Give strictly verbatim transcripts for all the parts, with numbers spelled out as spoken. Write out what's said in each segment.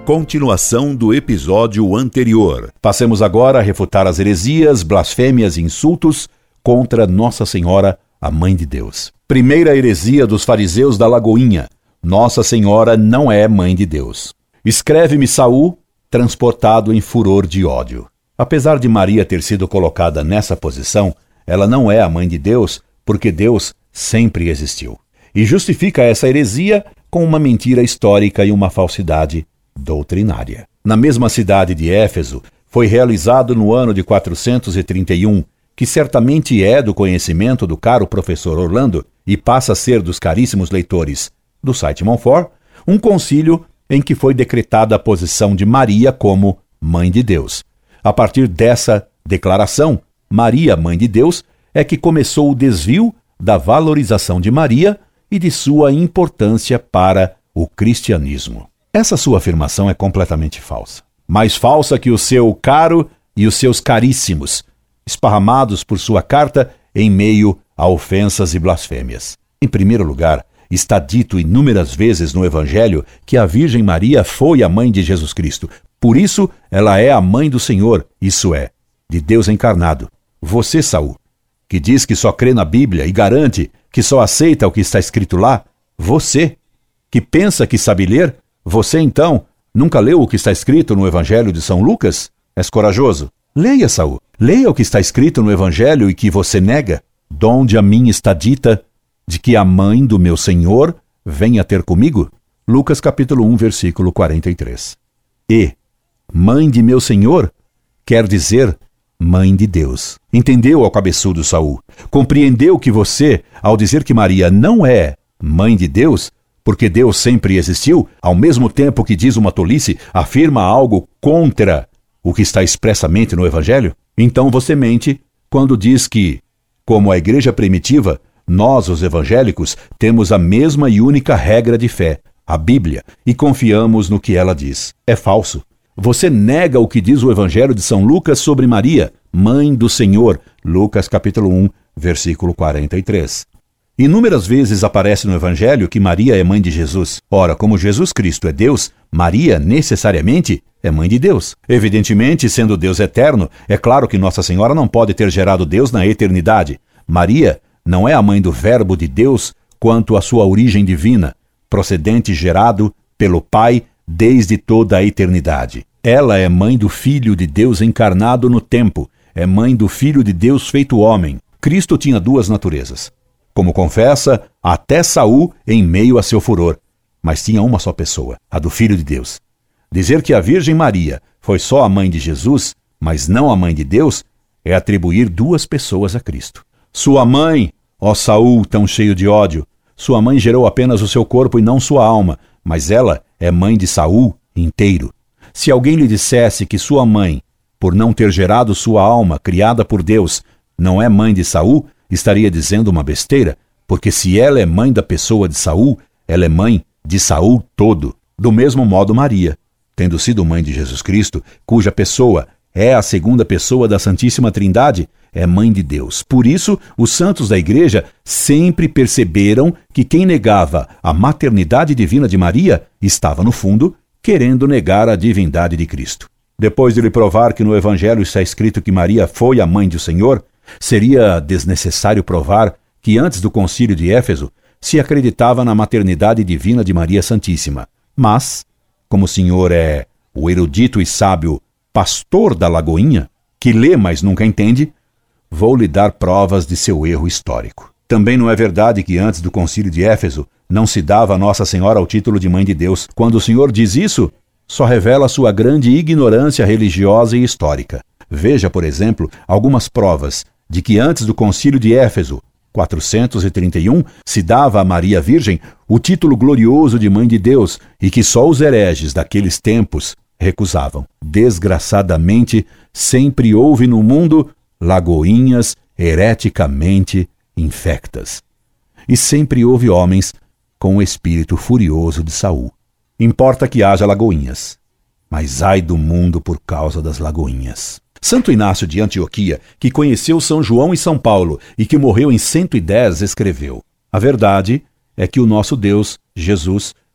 Continuação do episódio anterior. Passemos agora a refutar as heresias, blasfêmias e insultos contra Nossa Senhora, a Mãe de Deus. Primeira heresia dos fariseus da Lagoinha: Nossa Senhora não é Mãe de Deus. Escreve-me Saul, transportado em furor de ódio. Apesar de Maria ter sido colocada nessa posição, ela não é a Mãe de Deus, porque Deus sempre existiu. E justifica essa heresia com uma mentira histórica e uma falsidade doutrinária. Na mesma cidade de Éfeso, foi realizado no ano de quatrocentos e trinta e um, que certamente é do conhecimento do caro professor Orlando e passa a ser dos caríssimos leitores do site Monfort, um concílio em que foi decretada a posição de Maria como Mãe de Deus. A partir dessa declaração, Maria, Mãe de Deus, é que começou o desvio da valorização de Maria e de sua importância para o cristianismo. Essa sua afirmação é completamente falsa. Mais falsa que o seu caro e os seus caríssimos, esparramados por sua carta em meio a ofensas e blasfêmias. Em primeiro lugar, está dito inúmeras vezes no Evangelho que a Virgem Maria foi a mãe de Jesus Cristo. Por isso, ela é a mãe do Senhor, isso é, de Deus encarnado. Você, Saul, que diz que só crê na Bíblia e garante que só aceita o que está escrito lá, você, que pensa que sabe ler, você então nunca leu o que está escrito no Evangelho de São Lucas? És corajoso? Leia, Saul. Leia o que está escrito no Evangelho e que você nega, donde a mim está dita de que a mãe do meu Senhor venha ter comigo. Lucas capítulo um, versículo quarenta e três. E mãe de meu Senhor quer dizer Mãe de Deus. Entendeu, ó cabeçudo Saul? Compreendeu que você, ao dizer que Maria não é Mãe de Deus, porque Deus sempre existiu, ao mesmo tempo que diz uma tolice, afirma algo contra o que está expressamente no Evangelho? Então você mente quando diz que, como a igreja primitiva, nós, os evangélicos, temos a mesma e única regra de fé, a Bíblia, e confiamos no que ela diz. É falso. Você nega o que diz o Evangelho de São Lucas sobre Maria, Mãe do Senhor, Lucas capítulo um, versículo quarenta e três. Inúmeras vezes aparece no Evangelho que Maria é mãe de Jesus. Ora, como Jesus Cristo é Deus, Maria necessariamente é mãe de Deus. Evidentemente, sendo Deus eterno, é claro que Nossa Senhora não pode ter gerado Deus na eternidade. Maria não é a mãe do Verbo de Deus quanto à sua origem divina, procedente gerado pelo Pai desde toda a eternidade. Ela é mãe do Filho de Deus encarnado no tempo, é mãe do Filho de Deus feito homem. Cristo tinha duas naturezas, como confessa até Saul em meio a seu furor, mas tinha uma só pessoa, a do Filho de Deus. Dizer que a Virgem Maria foi só a mãe de Jesus, mas não a mãe de Deus, é atribuir duas pessoas a Cristo. Sua mãe, ó Saul tão cheio de ódio, sua mãe gerou apenas o seu corpo e não sua alma, mas ela é mãe de Saul inteiro. Se alguém lhe dissesse que sua mãe, por não ter gerado sua alma criada por Deus, não é mãe de Saul, estaria dizendo uma besteira, porque se ela é mãe da pessoa de Saul, ela é mãe de Saul todo. Do mesmo modo Maria, tendo sido mãe de Jesus Cristo, cuja pessoa é a segunda pessoa da Santíssima Trindade, é mãe de Deus. Por isso, os santos da Igreja sempre perceberam que quem negava a maternidade divina de Maria estava, no fundo, querendo negar a divindade de Cristo. Depois de lhe provar que no Evangelho está escrito que Maria foi a mãe do Senhor, seria desnecessário provar que antes do concílio de Éfeso se acreditava na maternidade divina de Maria Santíssima. Mas, como o senhor é o erudito e sábio pastor da Lagoinha, que lê mas nunca entende, vou lhe dar provas de seu erro histórico. Também não é verdade que antes do concílio de Éfeso não se dava a Nossa Senhora o título de Mãe de Deus. Quando o senhor diz isso, só revela sua grande ignorância religiosa e histórica. Veja, por exemplo, algumas provas de que antes do concílio de Éfeso, quatrocentos e trinta e um, se dava a Maria Virgem o título glorioso de Mãe de Deus e que só os hereges daqueles tempos recusavam. Desgraçadamente, sempre houve no mundo lagoinhas hereticamente infectas. E sempre houve homens com o espírito furioso de Saul. Importa que haja lagoinhas, mas ai do mundo por causa das lagoinhas. Santo Inácio de Antioquia, que conheceu São João e São Paulo e que morreu em cento e dez, escreveu: a verdade é que o nosso Deus, Jesus,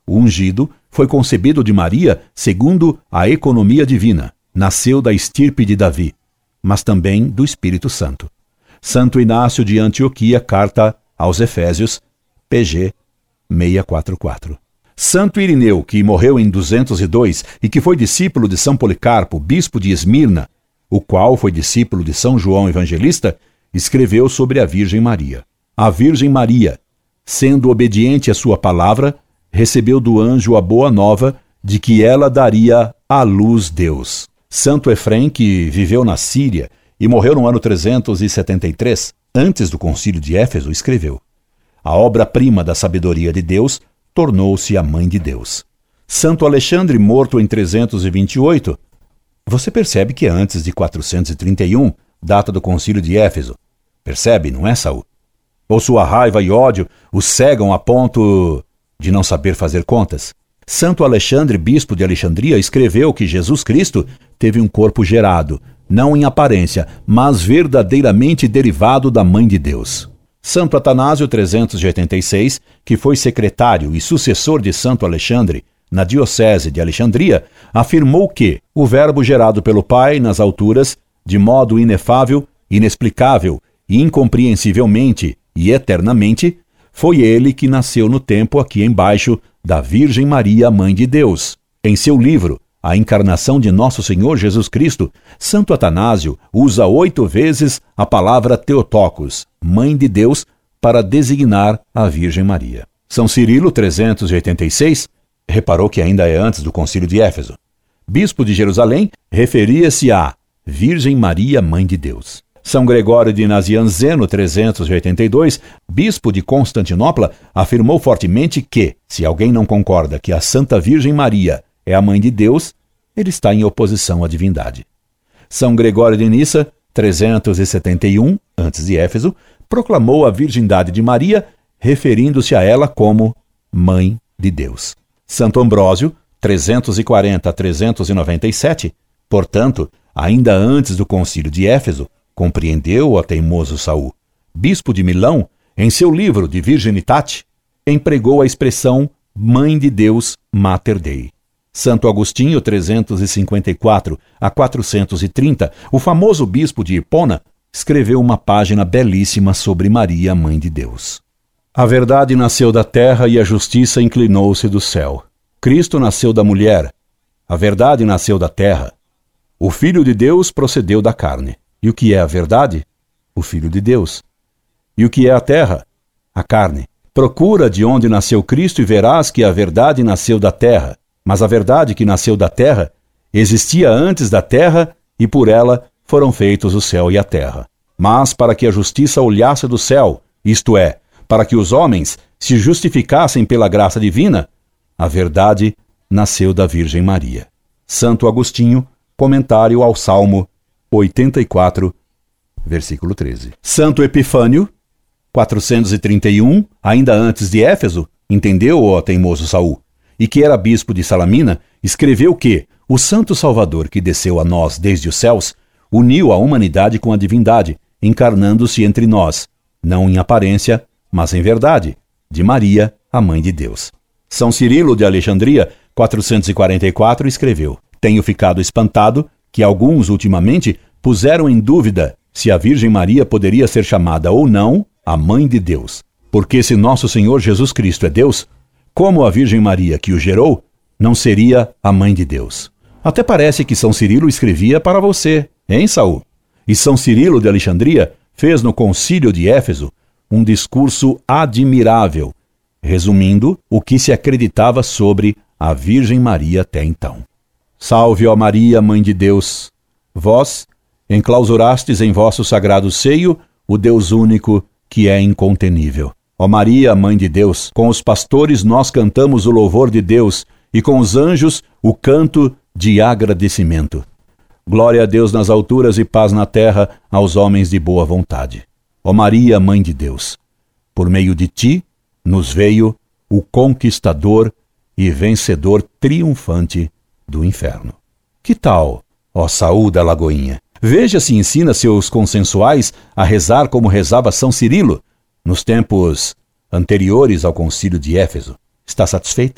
O ungido foi concebido de Maria segundo a economia divina. Nasceu da estirpe de Davi, mas também do Espírito Santo. Santo Inácio de Antioquia, carta aos Efésios, P G seiscentos e quarenta e quatro. Santo Irineu, que morreu em duzentos e dois e que foi discípulo de São Policarpo, bispo de Esmirna, o qual foi discípulo de São João Evangelista, escreveu sobre a Virgem Maria. A Virgem Maria, sendo obediente à sua palavra, recebeu do anjo a boa nova de que ela daria à luz Deus. Santo Efrem, que viveu na Síria e morreu no ano trezentos e setenta e três, antes do concílio de Éfeso, escreveu: a obra-prima da sabedoria de Deus tornou-se a mãe de Deus. Santo Alexandre, morto em trezentos e vinte e oito, você percebe que é antes de quatrocentos e trinta e um, data do concílio de Éfeso. Percebe, não é, Saul? Ou sua raiva e ódio o cegam a ponto de não saber fazer contas? Santo Alexandre, bispo de Alexandria, escreveu que Jesus Cristo teve um corpo gerado, não em aparência, mas verdadeiramente derivado da Mãe de Deus. Santo Atanásio, trezentos e oitenta e seis, que foi secretário e sucessor de Santo Alexandre na diocese de Alexandria, afirmou que o Verbo gerado pelo Pai nas alturas, de modo inefável, inexplicável e incompreensivelmente e eternamente, foi ele que nasceu no tempo aqui embaixo da Virgem Maria, Mãe de Deus. Em seu livro, A Encarnação de Nosso Senhor Jesus Cristo, Santo Atanásio usa oito vezes a palavra Theotokos, Mãe de Deus, para designar a Virgem Maria. São Cirilo, trezentos e oitenta e seis, reparou que ainda é antes do concílio de Éfeso, bispo de Jerusalém, referia-se a Virgem Maria, Mãe de Deus. São Gregório de Nazianzeno, trezentos e oitenta e dois, bispo de Constantinopla, afirmou fortemente que, se alguém não concorda que a Santa Virgem Maria é a Mãe de Deus, ele está em oposição à divindade. São Gregório de Nissa, trezentos e setenta e um, antes de Éfeso, proclamou a virgindade de Maria, referindo-se a ela como Mãe de Deus. Santo Ambrósio, trezentos e quarenta a trezentos e noventa e sete, portanto, ainda antes do concílio de Éfeso, compreendeu o teimoso Saul. Bispo de Milão, em seu livro de Virginitate, empregou a expressão Mãe de Deus, Mater Dei. Santo Agostinho, trezentos e cinquenta e quatro a quatrocentos e trinta, o famoso bispo de Hipona, escreveu uma página belíssima sobre Maria, Mãe de Deus. A verdade nasceu da terra e a justiça inclinou-se do céu. Cristo nasceu da mulher. A verdade nasceu da terra. O Filho de Deus procedeu da carne. E o que é a verdade? O Filho de Deus. E o que é a terra? A carne. Procura de onde nasceu Cristo e verás que a verdade nasceu da terra. Mas a verdade que nasceu da terra existia antes da terra e por ela foram feitos o céu e a terra. Mas para que a justiça olhasse do céu, isto é, para que os homens se justificassem pela graça divina, a verdade nasceu da Virgem Maria. Santo Agostinho, comentário ao Salmo oitenta e quatro, versículo treze. Santo Epifânio, quatrocentos e trinta e um, ainda antes de Éfeso, entendeu, ó teimoso Saul, e que era bispo de Salamina, escreveu que o Santo Salvador que desceu a nós desde os céus uniu a humanidade com a divindade, encarnando-se entre nós, não em aparência, mas em verdade, de Maria, a Mãe de Deus. São Cirilo de Alexandria, quatrocentos e quarenta e quatro, escreveu: tenho ficado espantado que alguns, ultimamente, puseram em dúvida se a Virgem Maria poderia ser chamada ou não a Mãe de Deus. Porque se nosso Senhor Jesus Cristo é Deus, como a Virgem Maria que o gerou, não seria a Mãe de Deus? Até parece que São Cirilo escrevia para você, hein, Saul? E São Cirilo de Alexandria fez no concílio de Éfeso um discurso admirável, resumindo o que se acreditava sobre a Virgem Maria até então. Salve, ó Maria, Mãe de Deus! Vós enclausurastes em vosso sagrado seio o Deus único que é incontenível. Ó Maria, Mãe de Deus, com os pastores nós cantamos o louvor de Deus e com os anjos o canto de agradecimento. Glória a Deus nas alturas e paz na terra aos homens de boa vontade. Ó Maria, Mãe de Deus, por meio de ti nos veio o conquistador e vencedor triunfante do inferno. Que tal, ó Saul da Lagoinha? Veja se ensina seus consensuais a rezar como rezava São Cirilo nos tempos anteriores ao concílio de Éfeso. Está satisfeito?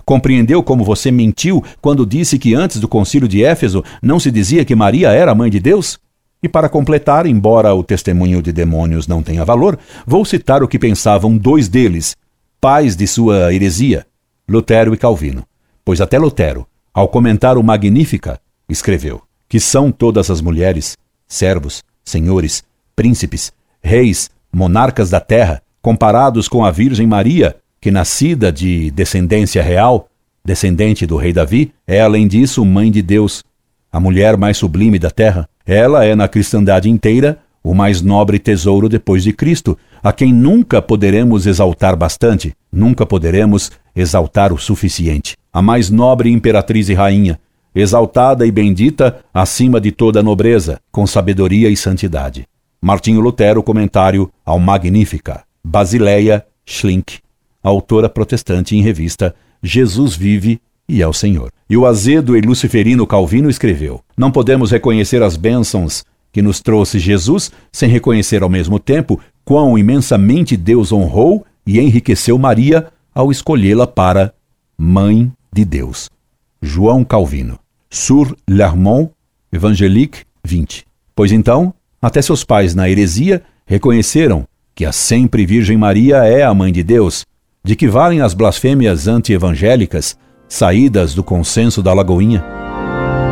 Compreendeu como você mentiu quando disse que antes do concílio de Éfeso não se dizia que Maria era a mãe de Deus? E para completar, embora o testemunho de demônios não tenha valor, vou citar o que pensavam dois deles, pais de sua heresia, Lutero e Calvino. Pois até Lutero, ao comentar o Magnífica, escreveu que são todas as mulheres, servos, senhores, príncipes, reis, monarcas da terra, comparados com a Virgem Maria, que nascida de descendência real, descendente do rei Davi, é além disso mãe de Deus, a mulher mais sublime da terra. Ela é na cristandade inteira o mais nobre tesouro depois de Cristo, a quem nunca poderemos exaltar bastante, nunca poderemos exaltar o suficiente. A mais nobre imperatriz e rainha, exaltada e bendita acima de toda a nobreza, com sabedoria e santidade. Martinho Lutero, comentário ao Magnífica. Basileia Schlink, autora protestante em revista Jesus Vive e é o Senhor. E o azedo e luciferino Calvino escreveu: não podemos reconhecer as bênçãos que nos trouxe Jesus sem reconhecer ao mesmo tempo quão imensamente Deus honrou e enriqueceu Maria ao escolhê-la para Mãe de Deus. João Calvino. Sur l'Armont Evangélique vinte. Pois então, até seus pais na heresia reconheceram que a sempre Virgem Maria é a Mãe de Deus. De que valem as blasfêmias anti-evangélicas saídas do consenso da Lagoinha?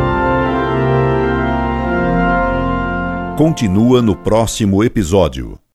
Continua no próximo episódio.